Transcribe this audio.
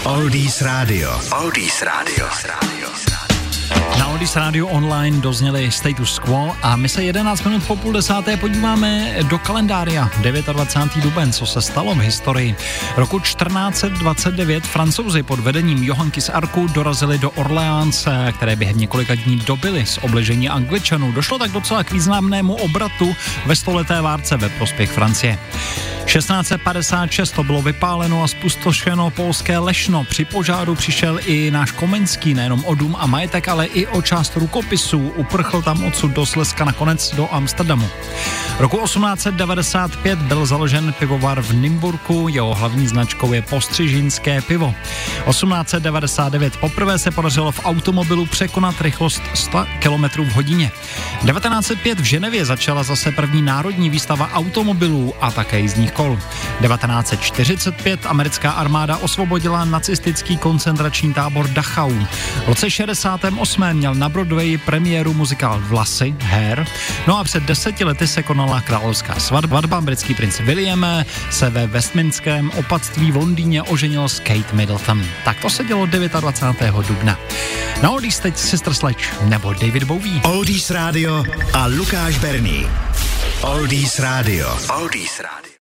Oldies Radio. Oldies Radio. Na Oldies Radio online dozněli Status Quo a my se 11 minut po 9:30 podíváme do kalendária. 29. duben, co se stalo v historii. Roku 1429 Francouzi pod vedením Johanky z Arku dorazili do Orléans, které během několika dní dobyly z obležení Angličanů. Došlo tak docela k významnému obratu ve stoleté válce ve prospěch Francie. 1656 to bylo vypáleno a spustošeno polské Lešno. Při požáru přišel i náš Komenský nejenom o dům a majetek, ale i o část rukopisů. Uprchl tam odsud do Slezska, nakonec do Amsterdamu. Roku 1895 byl založen pivovar v Nymburku, jeho hlavní značkou je Postřižinské pivo. 1899 poprvé se podařilo v automobilu překonat rychlost 100 km v hodině. 1905 v Ženevě začala zase první národní výstava automobilů a také jízdních kol. 1945 americká armáda osvobodila nacistický koncentrační tábor Dachau. V roce 68 měl na Broadwayi premiéru muzikál Vlasy, Hair. No a před 10 lety se konala královská svatba. Britský princ William se ve Westminsterském opatství v Londýně oženil s Kate Middleton. Tak to se dělo 29. dubna. Na Oldies teď Sister Sledge nebo David Bowie. Oldies Radio a Lukáš Berný. Oldies Radio. Oldies Radio.